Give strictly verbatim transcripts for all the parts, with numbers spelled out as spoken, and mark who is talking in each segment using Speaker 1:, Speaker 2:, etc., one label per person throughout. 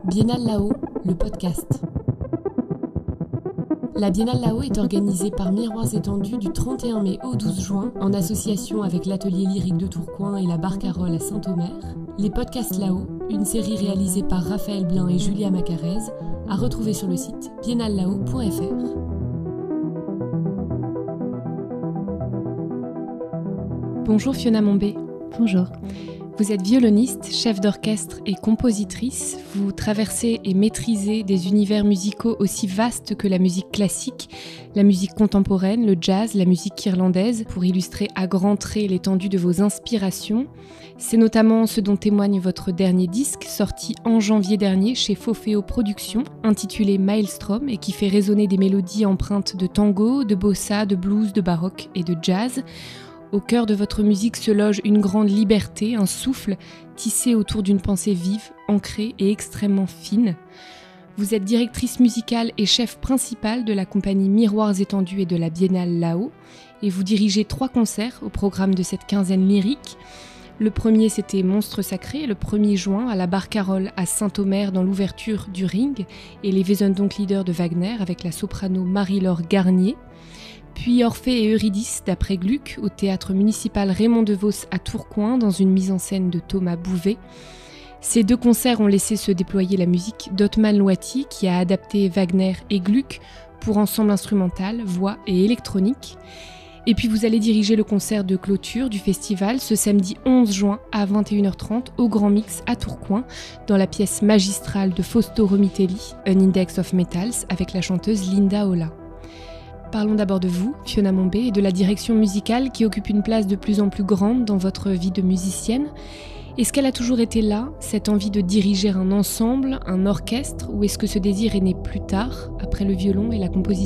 Speaker 1: Biennale Lao, le podcast. La Biennale Lao est organisée par Miroirs Étendus du trente et un mai au douze juin, en association avec l'Atelier Lyrique de Tourcoing et la Barcarolle à Saint-Omer. Les podcasts Lao, une série réalisée par Raphaël Blin et Julia Macarez, à retrouver sur le site biennale lao point f r. Bonjour Fiona Mombé.
Speaker 2: Bonjour.
Speaker 1: Vous êtes violoniste, chef d'orchestre et compositrice. Vous traversez et maîtrisez des univers musicaux aussi vastes que la musique classique, la musique contemporaine, le jazz, la musique irlandaise, pour illustrer à grands traits l'étendue de vos inspirations. C'est notamment ce dont témoigne votre dernier disque, sorti en janvier dernier chez Fofeo Productions, intitulé Maelstrom, et qui fait résonner des mélodies empreintes de tango, de bossa, de blues, de baroque et de jazz. Au cœur de votre musique se loge une grande liberté, un souffle tissé autour d'une pensée vive, ancrée et extrêmement fine. Vous êtes directrice musicale et chef principale de la compagnie Miroirs Étendus et de la Biennale Lao, et vous dirigez trois concerts au programme de cette quinzaine lyrique. Le premier, c'était Monstre Sacré, le premier juin, à la Barcarolle à Saint-Omer dans l'ouverture du Ring, et les Wesendonck-Lieder de Wagner avec la soprano Marie-Laure Garnier. Puis Orphée et Eurydice d'après Gluck au théâtre municipal Raymond DeVos à Tourcoing dans une mise en scène de Thomas Bouvet. Ces deux concerts ont laissé se déployer la musique d'Othman Louati qui a adapté Wagner et Gluck pour ensemble instrumental, voix et électronique. Et puis vous allez diriger le concert de clôture du festival ce samedi onze juin à vingt et une heures trente au Grand Mix à Tourcoing dans la pièce magistrale de Fausto Romitelli, An Index of Metals, avec la chanteuse Linda Ola. Parlons d'abord de vous, Fiona Mombé, et de la direction musicale qui occupe une place de plus en plus grande dans votre vie de musicienne. Est-ce qu'elle a toujours été là, cette envie de diriger un ensemble, un orchestre, ou est-ce que ce désir est né plus tard, après le violon et la composition ?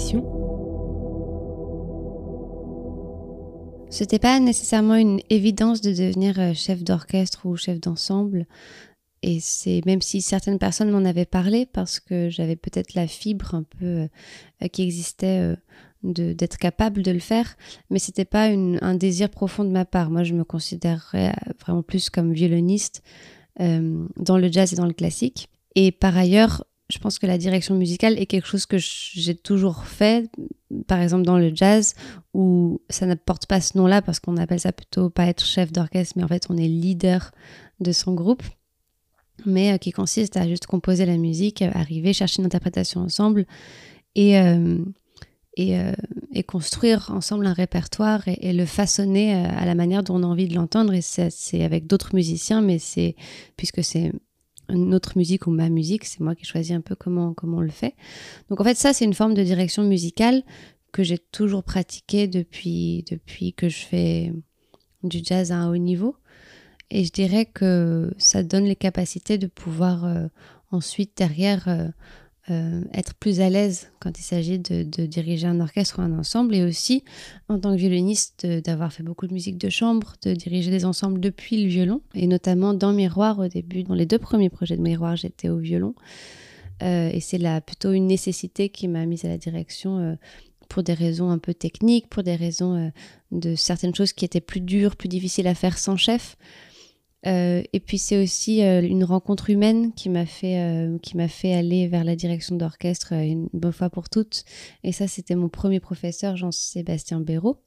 Speaker 2: C'était pas nécessairement une évidence de devenir chef d'orchestre ou chef d'ensemble. Et c'est même si certaines personnes m'en avaient parlé, parce que j'avais peut-être la fibre un peu euh, qui existait euh, de, d'être capable de le faire, mais c'était pas une, un désir profond de ma part. Moi, je me considérerais vraiment plus comme violoniste euh, dans le jazz et dans le classique. Et par ailleurs, je pense que la direction musicale est quelque chose que j'ai toujours fait, par exemple dans le jazz, où ça ne porte pas ce nom-là, parce qu'on appelle ça plutôt pas être chef d'orchestre, mais en fait, on est leader de son groupe. Mais euh, qui consiste à juste composer la musique, euh, arriver, chercher une interprétation ensemble et, euh, et, euh, et construire ensemble un répertoire et, et le façonner euh, à la manière dont on a envie de l'entendre. Et c'est, c'est avec d'autres musiciens, mais c'est, puisque c'est une autre musique ou ma musique, c'est moi qui choisis un peu comment, comment on le fait. Donc en fait, ça, c'est une forme de direction musicale que j'ai toujours pratiquée depuis, depuis que je fais du jazz à un haut niveau. Et je dirais que ça donne les capacités de pouvoir euh, ensuite, derrière, euh, euh, être plus à l'aise quand il s'agit de, de diriger un orchestre ou un ensemble. Et aussi, en tant que violoniste, de, d'avoir fait beaucoup de musique de chambre, de diriger des ensembles depuis le violon. Et notamment dans Miroir, au début, dans les deux premiers projets de Miroir, j'étais au violon. Euh, et c'est là plutôt une nécessité qui m'a mise à la direction euh, pour des raisons un peu techniques, pour des raisons euh, de certaines choses qui étaient plus dures, plus difficiles à faire sans chef. Euh, et puis c'est aussi euh, une rencontre humaine qui m'a fait euh, qui m'a fait aller vers la direction d'orchestre euh, une bonne fois pour toutes. Et ça, c'était mon premier professeur, Jean-Sébastien Béraud,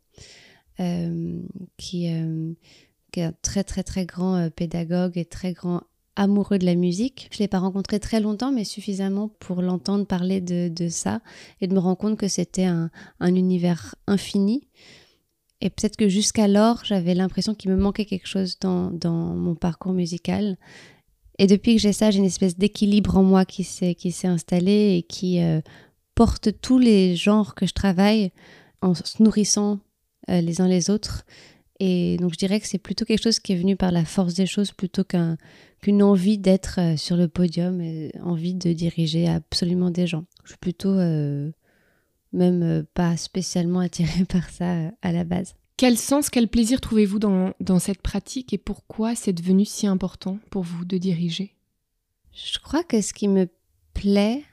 Speaker 2: euh, qui, euh, qui est un très très très grand euh, pédagogue et très grand amoureux de la musique. Je l'ai pas rencontré très longtemps, mais suffisamment pour l'entendre parler de, de ça et de me rendre compte que c'était un, un univers infini. Et peut-être que jusqu'alors, j'avais l'impression qu'il me manquait quelque chose dans, dans mon parcours musical. Et depuis que j'ai ça, j'ai une espèce d'équilibre en moi qui s'est, qui s'est installé et qui euh, porte tous les genres que je travaille en se nourrissant euh, les uns les autres. Et donc je dirais que c'est plutôt quelque chose qui est venu par la force des choses plutôt qu'un, qu'une envie d'être euh, sur le podium, et envie de diriger absolument des gens. Je suis plutôt... Euh, même euh, pas spécialement attirée par ça euh, à la base.
Speaker 1: Quel sens, quel plaisir trouvez-vous dans, dans cette pratique et pourquoi c'est devenu si important pour vous de diriger ?
Speaker 2: Je crois que ce qui me plaît,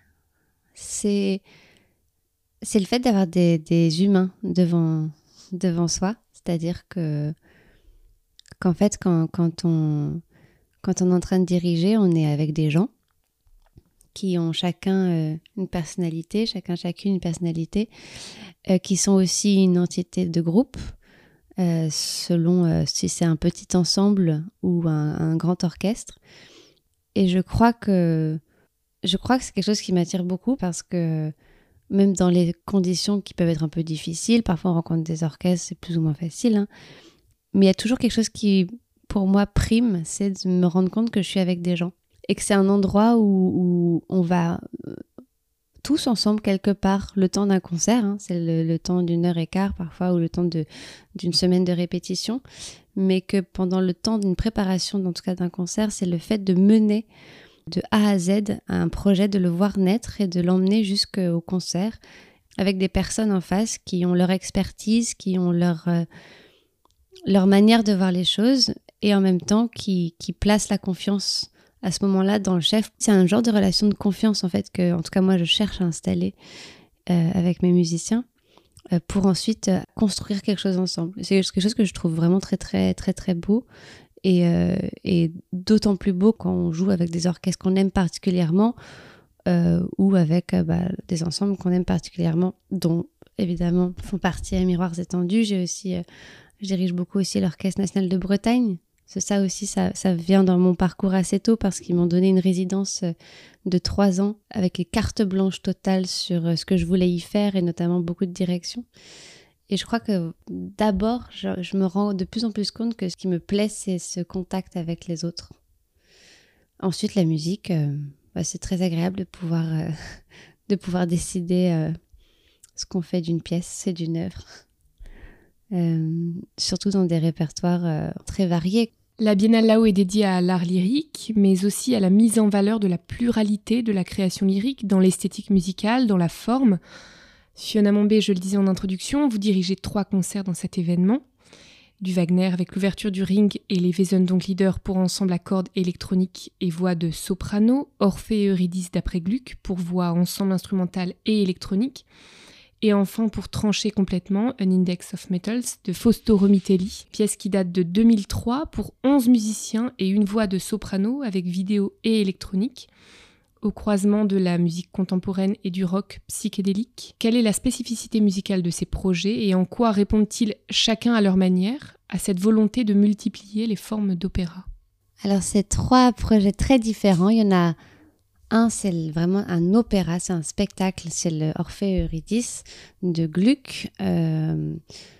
Speaker 2: c'est, c'est le fait d'avoir des, des humains devant, devant soi. C'est-à-dire que, qu'en fait, quand, quand, on, quand on est en train de diriger, on est avec des gens. qui ont chacun euh, une personnalité, chacun chacune une personnalité, euh, qui sont aussi une entité de groupe, euh, selon euh, si c'est un petit ensemble ou un, un grand orchestre. Et je crois que je crois que c'est quelque chose qui m'attire beaucoup parce que même dans les conditions qui peuvent être un peu difficiles, parfois on rencontre des orchestres, c'est plus ou moins facile, hein, mais il y a toujours quelque chose qui, pour moi, prime, c'est de me rendre compte que je suis avec des gens et que c'est un endroit où, où on va tous ensemble quelque part le temps d'un concert, hein, c'est le, le temps d'une heure et quart parfois ou le temps de, d'une semaine de répétition, mais que pendant le temps d'une préparation, en tout cas d'un concert, c'est le fait de mener de A à Z un projet, de le voir naître et de l'emmener jusqu'au concert avec des personnes en face qui ont leur expertise, qui ont leur, euh, leur manière de voir les choses et en même temps qui, qui placent la confiance à ce moment-là dans le chef. C'est un genre de relation de confiance en fait que, en tout cas moi, je cherche à installer euh, avec mes musiciens euh, pour ensuite euh, construire quelque chose ensemble. C'est quelque chose que je trouve vraiment très très très très beau. Et, euh, et d'autant plus beau quand on joue avec des orchestres qu'on aime particulièrement euh, ou avec euh, bah, des ensembles qu'on aime particulièrement, dont évidemment font partie à Miroirs étendus. J'ai aussi, euh, je dirige beaucoup aussi l'Orchestre national de Bretagne. C'est ça aussi, ça, ça vient dans mon parcours assez tôt parce qu'ils m'ont donné une résidence de trois ans avec les cartes blanches totales sur ce que je voulais y faire et notamment beaucoup de direction. Et je crois que d'abord, je, je me rends de plus en plus compte que ce qui me plaît, c'est ce contact avec les autres. Ensuite, la musique, euh, bah, c'est très agréable de pouvoir, euh, de pouvoir décider euh, ce qu'on fait d'une pièce et d'une œuvre. Euh, surtout dans des répertoires euh, très variés.
Speaker 1: La Biennale Lao est dédiée à l'art lyrique, mais aussi à la mise en valeur de la pluralité de la création lyrique dans l'esthétique musicale, dans la forme. Fiona Mombé, je le disais en introduction, vous dirigez trois concerts dans cet événement. Du Wagner avec l'ouverture du Ring et les Wesendonck-Lieder pour ensemble à cordes électroniques et voix de soprano, Orphée et Eurydice d'après Gluck pour voix ensemble instrumentale et électronique. Et enfin, pour trancher complètement, An Index of Metals de Fausto Romitelli, pièce qui date de deux mille trois pour onze musiciens et une voix de soprano avec vidéo et électronique. Au croisement de la musique contemporaine et du rock psychédélique. Quelle est la spécificité musicale de ces projets et en quoi répondent-ils chacun à leur manière à cette volonté de multiplier les formes d'opéra ?
Speaker 2: Alors, c'est trois projets très différents. Il y en a un, c'est vraiment un opéra, c'est un spectacle, c'est le Orphée et Eurydice de Gluck. Euh,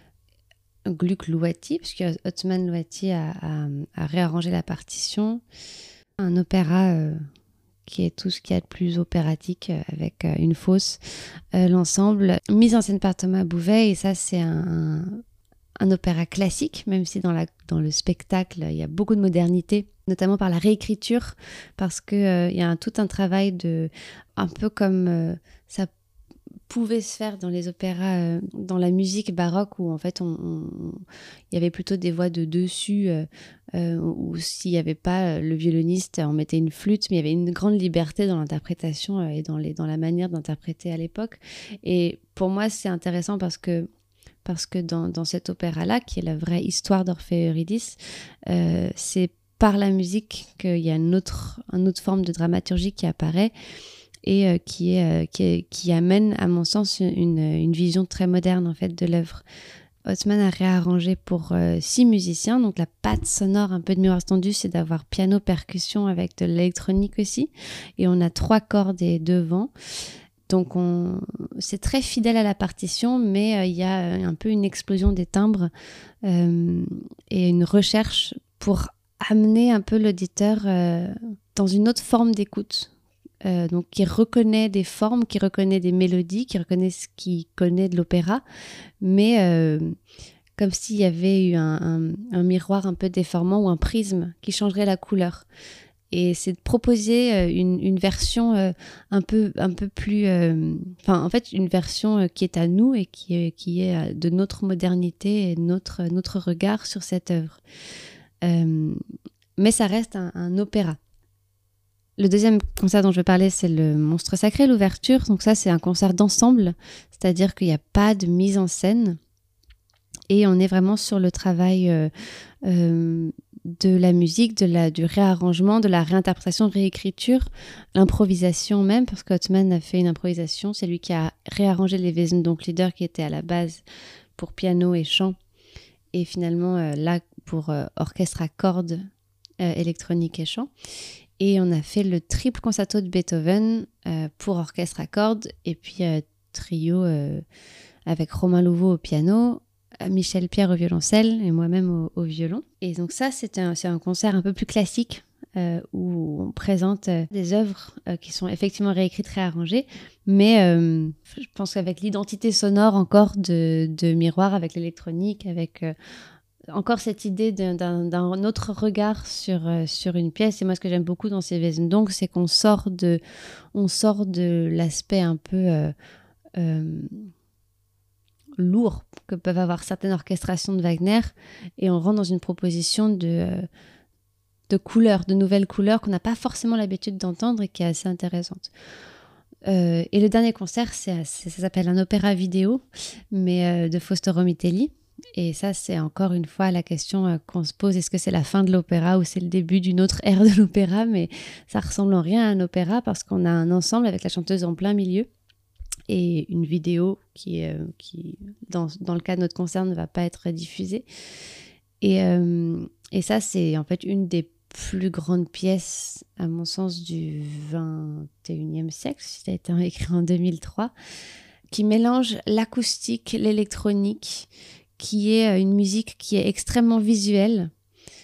Speaker 2: Gluck Louati, puisque Othman Louati a, a, a réarrangé la partition. Un opéra... Euh, qui est tout ce qu'il y a de plus opératique avec une fosse, euh, l'ensemble mise en scène par Thomas Bouvet, et ça c'est un, un, un opéra classique, même si dans, la, dans le spectacle il y a beaucoup de modernité, notamment par la réécriture, parce qu'il euh, y a un, tout un travail de, un peu comme euh, ça pouvait se faire dans les opéras, euh, dans la musique baroque où en fait on, on, il y avait plutôt des voix de dessus, euh, euh, ou s'il n'y avait pas le violoniste, on mettait une flûte, mais il y avait une grande liberté dans l'interprétation euh, et dans, les, dans la manière d'interpréter à l'époque. Et pour moi c'est intéressant parce que, parce que dans, dans cet opéra-là, qui est la vraie histoire d'Orphée et Eurydice, euh, c'est par la musique qu'il y a une autre, une autre forme de dramaturgie qui apparaît et euh, qui, est, euh, qui, est, qui amène, à mon sens, une, une vision très moderne en fait, de l'œuvre. Othman a réarrangé pour euh, six musiciens, donc la patte sonore un peu de Miroirs étendus, c'est d'avoir piano, percussion avec de l'électronique aussi, et on a trois cordes et deux vents. Donc on... c'est très fidèle à la partition, mais il euh, y a un peu une explosion des timbres euh, et une recherche pour amener un peu l'auditeur euh, dans une autre forme d'écoute. Euh, donc qui reconnaît des formes, qui reconnaît des mélodies, qui reconnaît ce qu'il connaît de l'opéra, mais euh, comme s'il y avait eu un, un, un miroir un peu déformant ou un prisme qui changerait la couleur. Et c'est de proposer une, une version euh, un peu, un peu plus... Euh, enfin, en fait, une version qui est à nous et qui est, qui est de notre modernité et notre, notre regard sur cette œuvre. Euh, mais ça reste un, un opéra. Le deuxième concert dont je vais parler, c'est le Monstre Sacré, l'ouverture. Donc ça, c'est un concert d'ensemble, c'est-à-dire qu'il n'y a pas de mise en scène. Et on est vraiment sur le travail euh, euh, de la musique, de la, du réarrangement, de la réinterprétation, réécriture, l'improvisation même, parce qu'Ottman a fait une improvisation. C'est lui qui a réarrangé les Wesendonck-Lieder qui étaient à la base pour piano et chant, et finalement euh, là pour euh, orchestre à cordes, euh, électronique et chant. Et on a fait le triple concerto de Beethoven euh, pour orchestre à cordes, et puis euh, trio euh, avec Romain Louveau au piano, Michel Pierre au violoncelle et moi-même au, au violon. Et donc ça, c'est un, c'est un concert un peu plus classique euh, où on présente euh, des œuvres euh, qui sont effectivement réécrites, réarrangées, mais euh, je pense qu'avec l'identité sonore encore de, de Miroir, avec l'électronique, avec euh, encore cette idée d'un, d'un, d'un autre regard sur, euh, sur une pièce. Et moi, ce que j'aime beaucoup dans ces Wesendonck, c'est qu'on sort de, on sort de l'aspect un peu... Euh, euh, lourd que peuvent avoir certaines orchestrations de Wagner, et on rentre dans une proposition de, de couleurs, de nouvelles couleurs qu'on n'a pas forcément l'habitude d'entendre et qui est assez intéressante. Euh, et le dernier concert, c'est, c'est, ça s'appelle un opéra vidéo, mais euh, de Fausto Romitelli. Et ça, c'est encore une fois la question euh, qu'on se pose, est-ce que c'est la fin de l'opéra ou c'est le début d'une autre ère de l'opéra? Mais ça ressemble en rien à un opéra parce qu'on a un ensemble avec la chanteuse en plein milieu et une vidéo qui, euh, qui dans, dans le cas de notre concert, ne va pas être diffusée. Et, euh, et ça, c'est en fait une des plus grandes pièces, à mon sens, du vingt et unième siècle, ça a été écrit en deux mille trois, qui mélange l'acoustique, l'électronique, qui est une musique qui est extrêmement visuelle,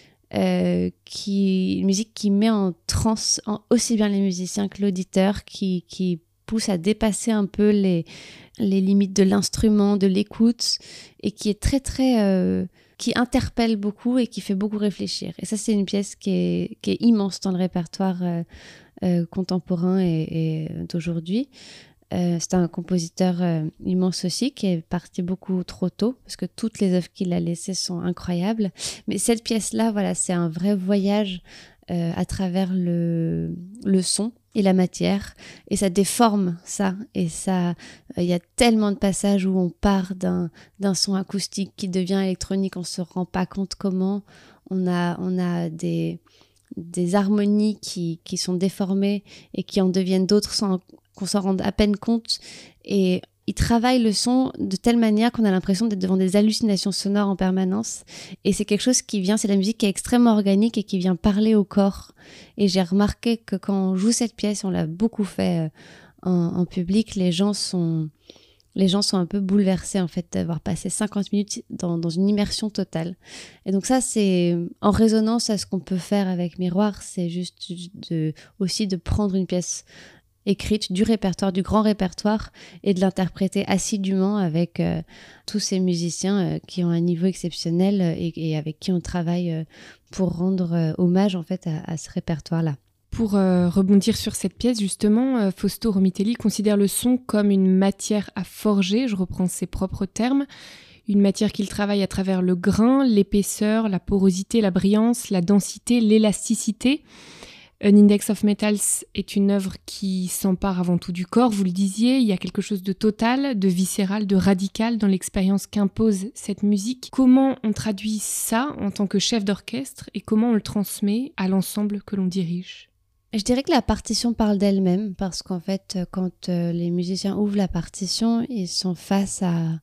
Speaker 2: euh, qui, une musique qui met en transe en, aussi bien les musiciens que l'auditeur, qui... qui pousse à dépasser un peu les, les limites de l'instrument, de l'écoute, et qui est très, très... Euh, qui interpelle beaucoup et qui fait beaucoup réfléchir. Et ça, c'est une pièce qui est, qui est immense dans le répertoire euh, euh, contemporain et, et d'aujourd'hui. Euh, c'est un compositeur euh, immense aussi, qui est parti beaucoup trop tôt, parce que toutes les œuvres qu'il a laissées sont incroyables. Mais cette pièce-là, voilà, c'est un vrai voyage euh, à travers le, le son et la matière, et ça déforme ça, et ça, il euh, y a tellement de passages où on part d'un, d'un son acoustique qui devient électronique, on se rend pas compte comment, on a, on a des, des harmonies qui, qui sont déformées et qui en deviennent d'autres sans qu'on s'en rende à peine compte, et il travaille le son de telle manière qu'on a l'impression d'être devant des hallucinations sonores en permanence. Et c'est quelque chose qui vient, c'est la musique qui est extrêmement organique et qui vient parler au corps. Et j'ai remarqué que quand on joue cette pièce, on l'a beaucoup fait en, en public, les gens sont, les gens sont un peu bouleversés en fait d'avoir passé cinquante minutes dans, dans une immersion totale. Et donc ça, c'est en résonance à ce qu'on peut faire avec Miroir, c'est juste de, aussi de prendre une pièce écrite du répertoire, du grand répertoire, et de l'interpréter assidûment avec euh, tous ces musiciens euh, qui ont un niveau exceptionnel euh, et, et avec qui on travaille euh, pour rendre euh, hommage en fait à, à ce répertoire-là.
Speaker 1: Pour euh, rebondir sur cette pièce, justement, euh, Fausto Romitelli considère le son comme une matière à forger, je reprends ses propres termes, une matière qu'il travaille à travers le grain, l'épaisseur, la porosité, la brillance, la densité, l'élasticité. An Index of Metals est une œuvre qui s'empare avant tout du corps, vous le disiez, il y a quelque chose de total, de viscéral, de radical dans l'expérience qu'impose cette musique. Comment on traduit ça en tant que chef d'orchestre et comment on le transmet à l'ensemble que l'on dirige ?
Speaker 2: Je dirais que la partition parle d'elle-même, parce qu'en fait, quand euh, les musiciens ouvrent la partition, ils sont face à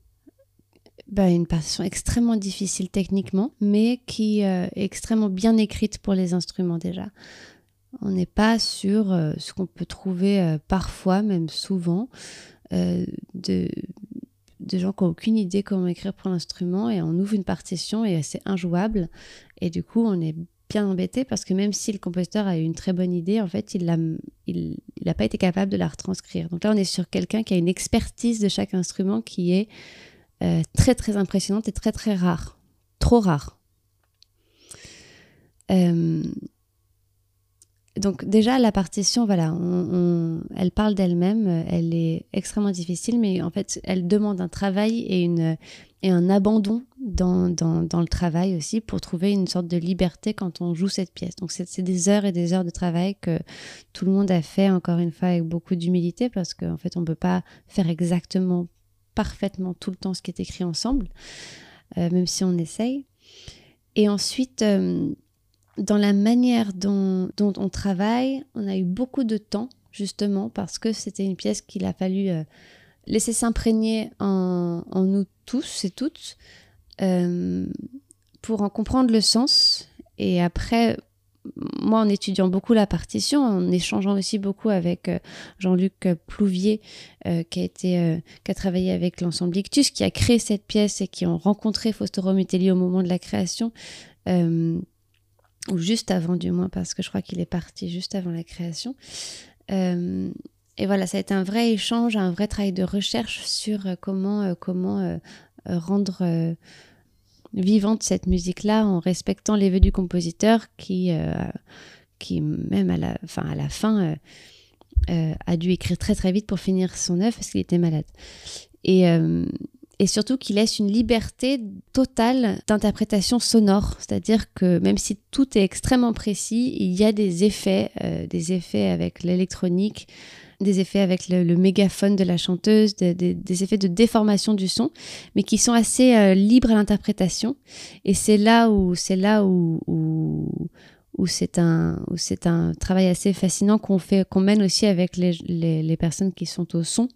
Speaker 2: ben, une partition extrêmement difficile techniquement, mais qui euh, est extrêmement bien écrite pour les instruments déjà. On n'est pas sur euh, ce qu'on peut trouver euh, parfois, même souvent, euh, de, de gens qui n'ont aucune idée comment écrire pour l'instrument, et on ouvre une partition et c'est injouable. Et du coup, on est bien embêté parce que même si le compositeur a eu une très bonne idée, en fait, il n'a il, il a pas été capable de la retranscrire. Donc là, on est sur quelqu'un qui a une expertise de chaque instrument qui est Euh, très très impressionnante et très très rare, trop rare. Euh, donc déjà la partition, voilà, on, on, elle parle d'elle-même, elle est extrêmement difficile, mais en fait elle demande un travail et, une, et un abandon dans, dans, dans le travail aussi pour trouver une sorte de liberté quand on joue cette pièce. Donc c'est, c'est des heures et des heures de travail que tout le monde a fait, encore une fois avec beaucoup d'humilité, parce qu'en fait on ne peut pas faire exactement parfaitement tout le temps ce qui est écrit ensemble, euh, même si on essaye. Et ensuite, euh, dans la manière dont, dont on travaille, on a eu beaucoup de temps, justement, parce que c'était une pièce qu'il a fallu euh, laisser s'imprégner en, en nous tous et toutes, euh, pour en comprendre le sens. Et après, moi, en étudiant beaucoup la partition, en échangeant aussi beaucoup avec euh, Jean-Luc Plouvier, euh, qui, a été, euh, qui a travaillé avec l'ensemble Ictus, qui a créé cette pièce et qui ont rencontré Fausto Romitelli au moment de la création, euh, ou juste avant du moins, parce que je crois qu'il est parti juste avant la création. Euh, et voilà, ça a été un vrai échange, un vrai travail de recherche sur euh, comment, euh, comment euh, rendre... Euh, vivante cette musique-là en respectant les vœux du compositeur qui, euh, qui même à la, fin, à la fin, euh, euh, a dû écrire très très vite pour finir son œuvre parce qu'il était malade. Et, euh, et surtout qu'il laisse une liberté totale d'interprétation sonore, c'est-à-dire que même si tout est extrêmement précis, il y a des effets, euh, des effets avec l'électronique, des effets avec le, le mégaphone de la chanteuse, des, des, des effets de déformation du son, mais qui sont assez euh, libres à l'interprétation. Et c'est là où c'est là où, où, où c'est un où c'est un travail assez fascinant qu'on fait, qu'on mène aussi avec les, les, les personnes qui sont au son.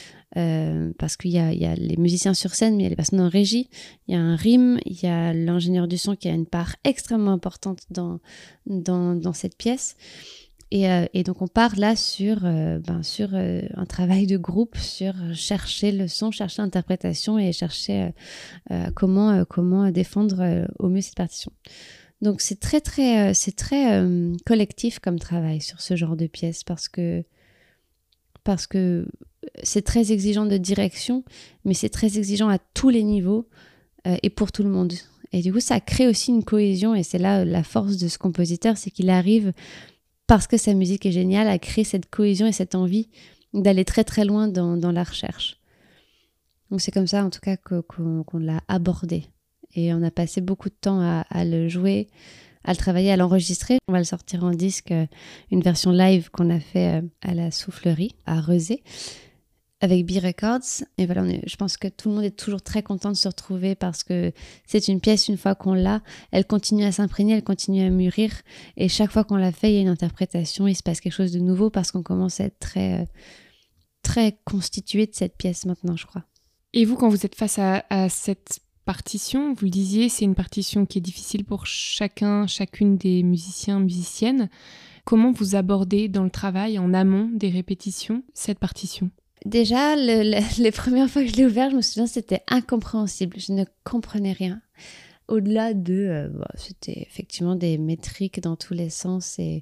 Speaker 2: Euh, parce qu'il y a, il y a les musiciens sur scène, mais il y a les personnes en régie, il y a un rime, il y a l'ingénieur du son qui a une part extrêmement importante dans, dans, dans cette pièce. Et, euh, et donc on part là sur, euh, ben sur euh, un travail de groupe, sur chercher le son, chercher l'interprétation et chercher euh, euh, comment, euh, comment défendre euh, au mieux cette partition. Donc c'est très, très, euh, c'est très euh, collectif comme travail sur ce genre de pièce parce que, parce que c'est très exigeant de direction, mais c'est très exigeant à tous les niveaux euh, et pour tout le monde. Et du coup ça crée aussi une cohésion et c'est là la force de ce compositeur, c'est qu'il arrive... parce que sa musique est géniale, à créer cette cohésion et cette envie d'aller très très loin dans, dans la recherche. Donc c'est comme ça en tout cas que, qu'on, qu'on l'a abordé. Et on a passé beaucoup de temps à, à le jouer, à le travailler, à l'enregistrer. On va le sortir en disque, une version live qu'on a fait à la Soufflerie, à Rezé, avec B Records. Et voilà, on est, je pense que tout le monde est toujours très content de se retrouver parce que c'est une pièce, une fois qu'on l'a, elle continue à s'imprégner, elle continue à mûrir. Et chaque fois qu'on l'a fait, il y a une interprétation, il se passe quelque chose de nouveau parce qu'on commence à être très, très constitué de cette pièce maintenant, je crois.
Speaker 1: Et vous, quand vous êtes face à, à cette partition, vous le disiez, c'est une partition qui est difficile pour chacun, chacune des musiciens, musiciennes. Comment vous abordez dans le travail, en amont des répétitions, cette partition ?
Speaker 2: Déjà, le, le, les premières fois que je l'ai ouvert, je me souviens, c'était incompréhensible. Je ne comprenais rien. Au-delà de... Euh, bon, c'était effectivement des métriques dans tous les sens. Et...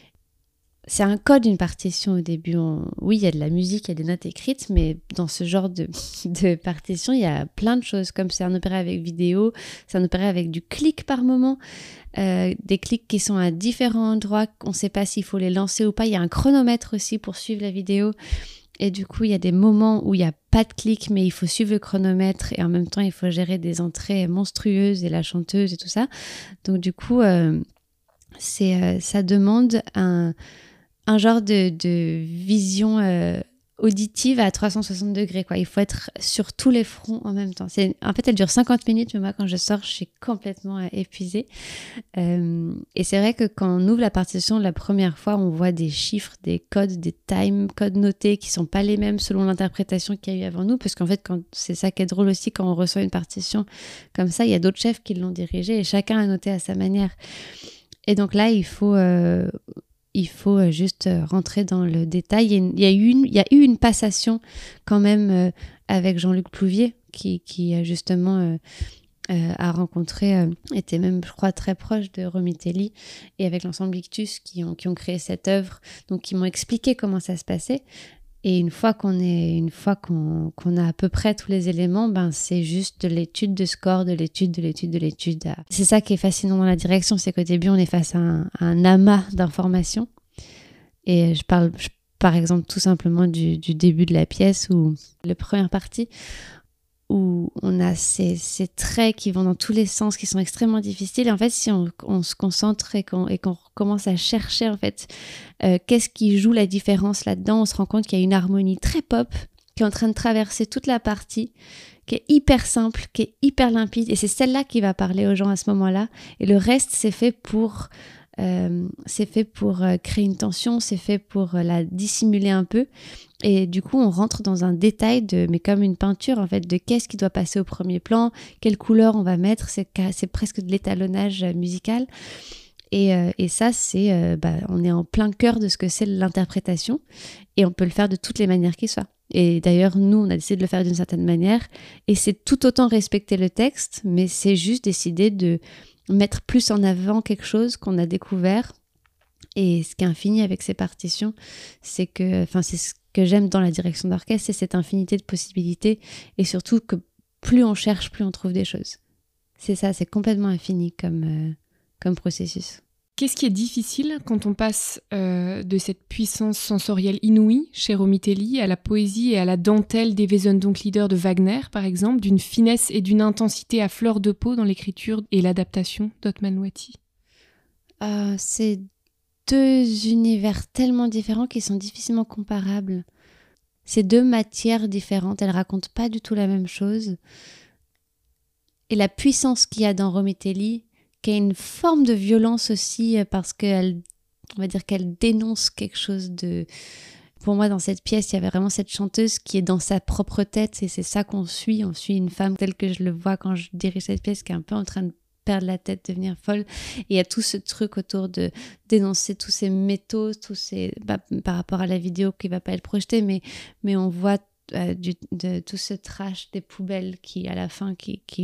Speaker 2: c'est un code, une partition au début. On... oui, il y a de la musique, il y a des notes écrites, mais dans ce genre de, de partition, il y a plein de choses. Comme c'est un opéra avec vidéo, c'est un opéra avec du clic par moment. Euh, des clics qui sont à différents endroits. On ne sait pas s'il faut les lancer ou pas. Il y a un chronomètre aussi pour suivre la vidéo. Et du coup, il y a des moments où il n'y a pas de clic, mais il faut suivre le chronomètre et en même temps, il faut gérer des entrées monstrueuses et la chanteuse et tout ça. Donc du coup, euh, c'est, euh, ça demande un, un genre de, de vision euh, auditive à trois cent soixante degrés, quoi. Il faut être sur tous les fronts en même temps. C'est, en fait, elle dure cinquante minutes, mais moi, quand je sors, je suis complètement euh, épuisée. Euh, et c'est vrai que quand on ouvre la partition la première fois, on voit des chiffres, des codes, des time codes notés qui sont pas les mêmes selon l'interprétation qu'il y a eu avant nous, parce qu'en fait, quand, c'est ça qui est drôle aussi, quand on reçoit une partition comme ça, il y a d'autres chefs qui l'ont dirigée et chacun a noté à sa manière. Et donc là, il faut... Euh, il faut juste rentrer dans le détail. Il y a eu une, il y a eu une passation quand même euh, avec Jean-Luc Plouvier qui, qui a justement euh, euh, a rencontré, euh, était même je crois très proche de Romitelli et avec l'ensemble Ictus qui ont, qui ont créé cette œuvre, donc qui m'ont expliqué comment ça se passait. Et une fois qu'on est, une fois qu'on, qu'on a à peu près tous les éléments, ben c'est juste de l'étude de score, de l'étude, de l'étude, de l'étude. C'est ça qui est fascinant dans la direction, c'est qu'au début on est face à un, à un amas d'informations. Et je parle, je, par exemple, tout simplement du, du début de la pièce ou la première partie où on a ces, ces traits qui vont dans tous les sens, qui sont extrêmement difficiles. Et en fait, si on, on se concentre et qu'on, et qu'on commence à chercher, en fait, euh, qu'est-ce qui joue la différence là-dedans, on se rend compte qu'il y a une harmonie très pop qui est en train de traverser toute la partie, qui est hyper simple, qui est hyper limpide, et c'est celle-là qui va parler aux gens à ce moment-là. Et le reste, c'est fait pour, euh, c'est fait pour euh, créer une tension, c'est fait pour euh, la dissimuler un peu. Et du coup, on rentre dans un détail, de, mais comme une peinture, en fait, de qu'est-ce qui doit passer au premier plan, quelle couleur on va mettre, c'est, c'est presque de l'étalonnage musical. Et, euh, et ça, c'est, euh, bah, on est en plein cœur de ce que c'est l'interprétation, et on peut le faire de toutes les manières qui soient. Et d'ailleurs, nous, on a décidé de le faire d'une certaine manière, et c'est tout autant respecter le texte, mais c'est juste décider de mettre plus en avant quelque chose qu'on a découvert. Et ce qui est infini avec ces partitions, c'est que, enfin, c'est ce que j'aime dans la direction d'orchestre, c'est cette infinité de possibilités, et surtout que plus on cherche, plus on trouve des choses. C'est ça, c'est complètement infini comme, euh, comme processus.
Speaker 1: Qu'est-ce qui est difficile quand on passe euh, de cette puissance sensorielle inouïe chez Romitelli à la poésie et à la dentelle des Wesendonck-Lieder de Wagner, par exemple, d'une finesse et d'une intensité à fleur de peau dans l'écriture et l'adaptation d'Othman Wati?
Speaker 2: euh, C'est deux univers tellement différents qui sont difficilement comparables. C'est deux matières différentes, elles racontent pas du tout la même chose. Et la puissance qu'il y a dans Romitelli, qui a une forme de violence aussi, parce qu'elle, on va dire qu'elle dénonce quelque chose de... Pour moi, dans cette pièce, il y avait vraiment cette chanteuse qui est dans sa propre tête, et c'est ça qu'on suit. On suit une femme telle que je le vois quand je dirige cette pièce, qui est un peu en train de perdre la tête, devenir folle. Et il y a tout ce truc autour de dénoncer tous ces métaux, tous ces, bah, par rapport à la vidéo qui ne va pas être projetée, mais, mais on voit euh, du, de, tout ce trash des poubelles qui, à la fin, qui... qui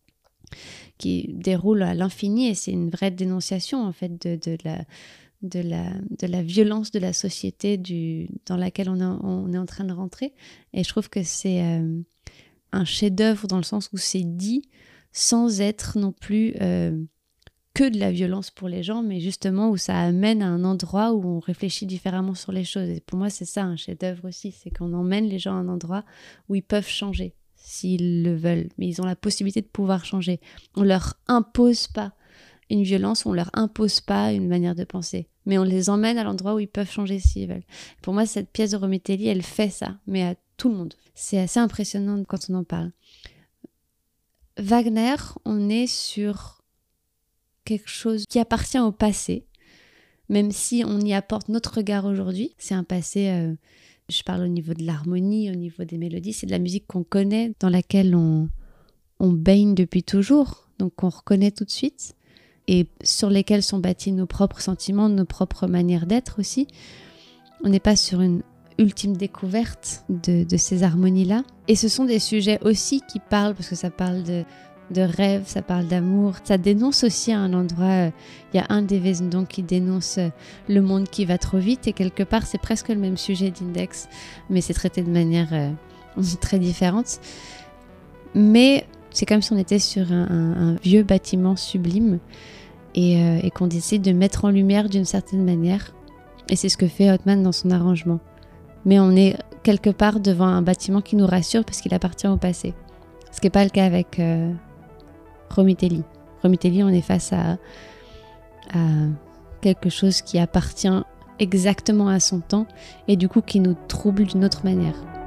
Speaker 2: qui déroule à l'infini, et c'est une vraie dénonciation en fait de, de, la, de, la, de la violence de la société du, dans laquelle on est, on est en train de rentrer. Et je trouve que c'est euh, un chef-d'œuvre dans le sens où c'est dit sans être non plus euh, que de la violence pour les gens, mais justement où ça amène à un endroit où on réfléchit différemment sur les choses. Et pour moi, c'est ça un chef-d'œuvre aussi, c'est qu'on emmène les gens à un endroit où ils peuvent changer s'ils le veulent, mais ils ont la possibilité de pouvoir changer. On leur impose pas une violence, on leur impose pas une manière de penser, mais on les emmène à l'endroit où ils peuvent changer s'ils veulent. Pour moi, cette pièce de Romitelli, elle fait ça, mais à tout le monde. C'est assez impressionnant quand on en parle. Wagner, on est sur quelque chose qui appartient au passé, même si on y apporte notre regard aujourd'hui. C'est un passé... Euh, Je parle au niveau de l'harmonie, au niveau des mélodies. C'est de la musique qu'on connaît, dans laquelle on, on baigne depuis toujours, donc qu'on reconnaît tout de suite, et sur lesquels sont bâtis nos propres sentiments, nos propres manières d'être aussi. On n'est pas sur une ultime découverte de, de ces harmonies-là. Et ce sont des sujets aussi qui parlent, parce que ça parle de, de rêve, ça parle d'amour. Ça dénonce aussi à un endroit, il euh, y a un des Wesendonck qui dénonce euh, le monde qui va trop vite, et quelque part c'est presque le même sujet d'Index, mais c'est traité de manière euh, très différente. Mais c'est comme si on était sur un, un, un vieux bâtiment sublime, et, euh, et qu'on décide de mettre en lumière d'une certaine manière, et c'est ce que fait Othman dans son arrangement. Mais on est quelque part devant un bâtiment qui nous rassure parce qu'il appartient au passé, ce qui n'est pas le cas avec... Euh, Romitelli. Romitelli, on est face à, à quelque chose qui appartient exactement à son temps, et du coup qui nous trouble d'une autre manière.